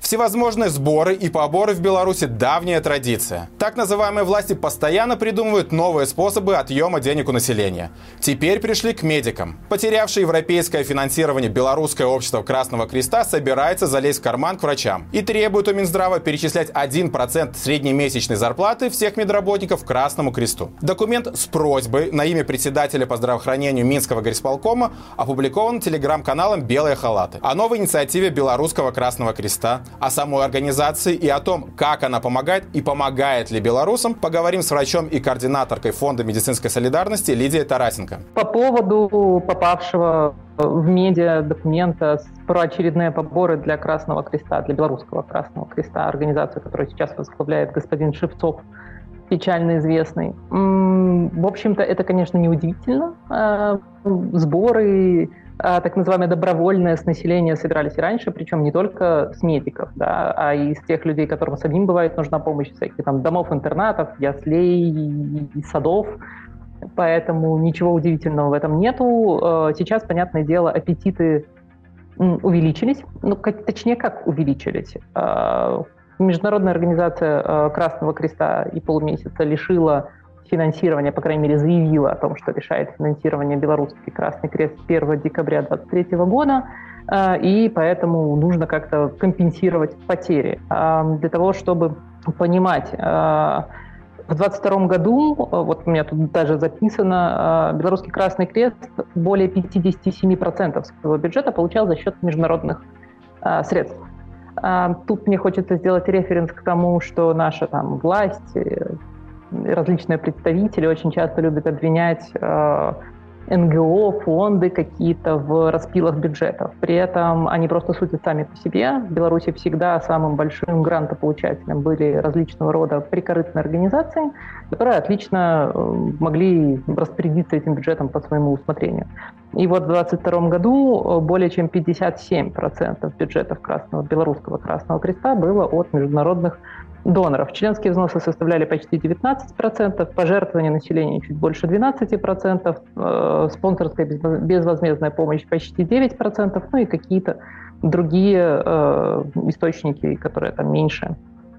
Всевозможные сборы и поборы в Беларуси – давняя традиция. Так называемые власти постоянно придумывают новые способы отъема денег у населения. Теперь пришли к медикам. Потерявшее европейское финансирование Белорусское общество Красного Креста собирается залезть в карман к врачам и требует у Минздрава перечислять 1% среднемесячной зарплаты всех медработников Красному Кресту. Документ с просьбой на имя председателя по здравоохранению Минского горисполкома опубликован телеграм-каналом «Белые халаты». О новой инициативе Белорусского Красного Креста, о самой организации и о том, как она помогает и помогает ли белорусам, поговорим с врачом и координаторкой Фонда медицинской солидарности Лидией Тарасенко. По поводу попавшего в медиа документа про очередные поборы для Красного Креста, для Белорусского Красного Креста, организацию, которую сейчас возглавляет господин Шевцов, печально известный. В общем-то, это, конечно, неудивительно. Сборы так называемые добровольные с населения собирались и раньше, причем не только с медиков, да, а и с тех людей, которым самим бывает нужна помощь, всяких там домов-интернатов, яслей, садов. Поэтому ничего удивительного в этом нету. Сейчас, понятное дело, аппетиты увеличились. Ну, точнее, как увеличились? Международная организация Красного Креста и полумесяца лишила финансирования, по крайней мере, заявила о том, что решает финансирование Белорусский Красный Крест с 1 декабря 2023 года, и поэтому нужно как-то компенсировать потери. Для того, чтобы понимать, в 2022 году, вот у меня тут даже записано, Белорусский Красный Крест более 57% своего бюджета получал за счет международных средств. Тут мне хочется сделать референс к тому, что наша там власть, различные представители очень часто любят обвинять НГО, фонды какие-то в распилах бюджетов. При этом они просто судят сами по себе. В Беларуси всегда самым большим грантополучателем были различного рода прикорыстные организации, которые отлично могли распорядиться этим бюджетом по своему усмотрению. И вот в 2022 году более чем 57% бюджетов Белорусского Красного Креста было от международных доноров. Членские взносы составляли почти 19%, пожертвования населения чуть больше 12%, спонсорская безвозмездная помощь почти 9%, ну и какие-то другие источники, которые там меньше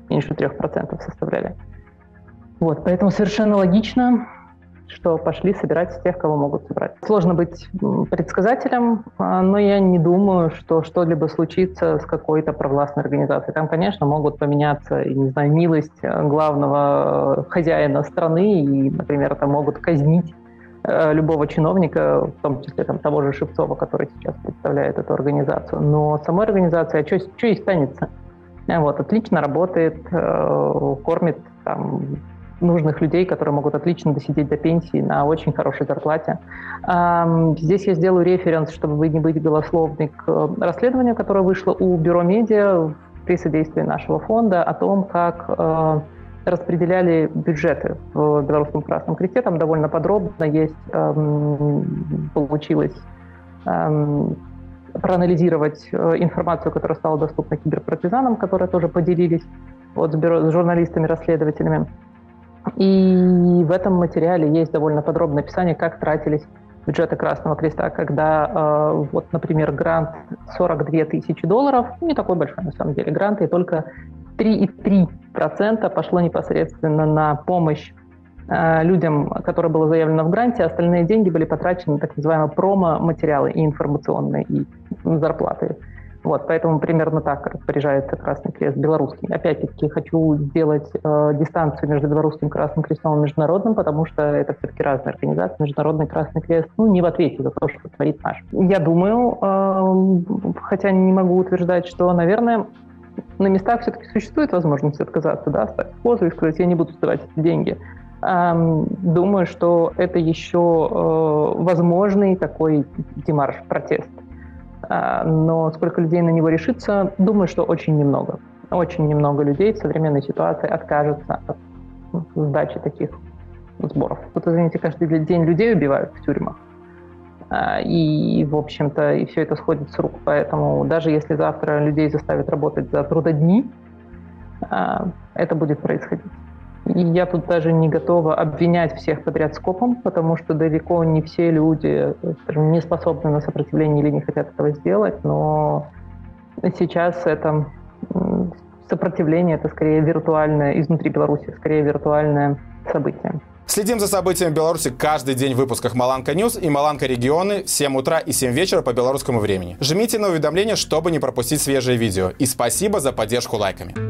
3% составляли. Вот, поэтому совершенно логично, что пошли собирать с тех, кого могут собрать. Сложно быть предсказателем, но я не думаю, что что-либо случится с какой-то провластной организацией. Там, конечно, могут поменяться, не знаю, милость главного хозяина страны, и, например, там могут казнить любого чиновника, в том числе там, того же Шевцова, который сейчас представляет эту организацию. Но самой организации, что и станется? Вот, отлично работает, кормит там нужных людей, которые могут отлично досидеть до пенсии на очень хорошей зарплате. Здесь я сделаю референс, чтобы не быть голословной, к расследованию, которое вышло у Бюро медиа при содействии нашего фонда о том, как распределяли бюджеты в Белорусском Красном Кресте. Там довольно подробно есть, получилось проанализировать информацию, которая стала доступна киберпартизанам, которые тоже поделились вот с журналистами-расследователями. И в этом материале есть довольно подробное описание, как тратились бюджеты Красного Креста, когда, вот, например, грант $42 тысячи, не такой большой на самом деле грант, и только 3,3% пошло непосредственно на помощь людям, которое было заявлено в гранте, остальные деньги были потрачены на так называемые промо-материалы и информационные, и зарплаты. Вот, поэтому примерно так распоряжается Красный Крест белорусский. Опять-таки хочу сделать дистанцию между Белорусским Красным Крестом и Международным, потому что это все-таки разные организации. Международный Красный Крест не в ответе за то, что творит наш. Я думаю, хотя не могу утверждать, что, наверное, на местах все-таки существует возможность отказаться, да, стать в позу и сказать, я не буду сдавать эти деньги. Думаю, что это еще возможный такой демарш, протест. Но сколько людей на него решится, думаю, что очень немного. Очень немного людей в современной ситуации откажутся от сдачи таких сборов. Тут, извините, каждый день людей убивают в тюрьмах. И, в общем-то, и все это сходит с рук. Поэтому даже если завтра людей заставят работать за трудодни, это будет происходить. И я тут даже не готова обвинять всех подряд скопом, потому что далеко не все люди, скажем, не способны на сопротивление или не хотят этого сделать, но сейчас это сопротивление, это скорее виртуальное, изнутри Беларуси, скорее виртуальное событие. Следим за событиями в Беларуси каждый день в выпусках Маланка Ньюс и Маланка Регионы в 7 утра и 7 вечера по белорусскому времени. Жмите на уведомления, чтобы не пропустить свежие видео. И спасибо за поддержку лайками.